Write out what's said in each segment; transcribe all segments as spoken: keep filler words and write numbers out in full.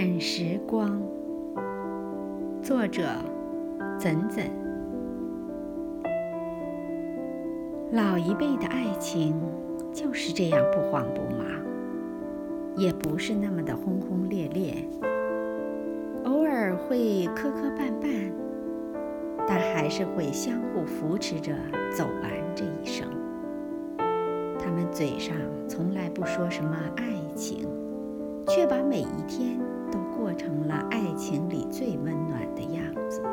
看时光，作者怎怎。老一辈的爱情就是这样不慌不忙，也不是那么的轰轰烈烈，偶尔会磕磕绊绊，但还是会相互扶持着走完这一生。他们嘴上从来不说什么爱情，却把每一天都过成了爱情里最温暖的样子。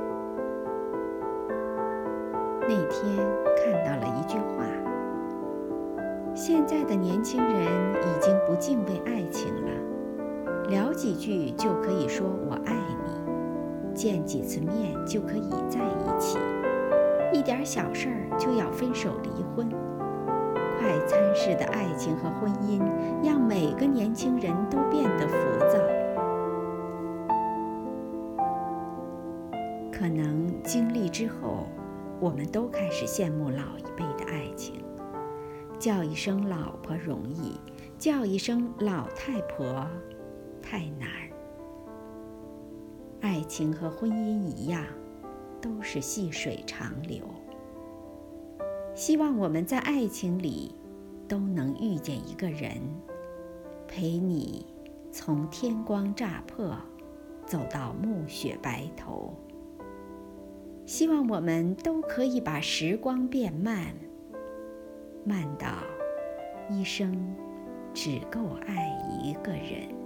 那天看到了一句话：现在的年轻人已经不敬畏爱情了，聊几句就可以说我爱你，见几次面就可以在一起，一点小事儿就要分手离婚。快餐式的爱情和婚姻让每个年轻人都变得浮躁。可能经历之后，我们都开始羡慕老一辈的爱情，叫一声老婆容易，叫一声老太婆太难。爱情和婚姻一样，都是细水长流。希望我们在爱情里都能遇见一个人，陪你从天光乍破走到暮雪白头。希望我们都可以把时光变慢，慢到一生只够爱一个人。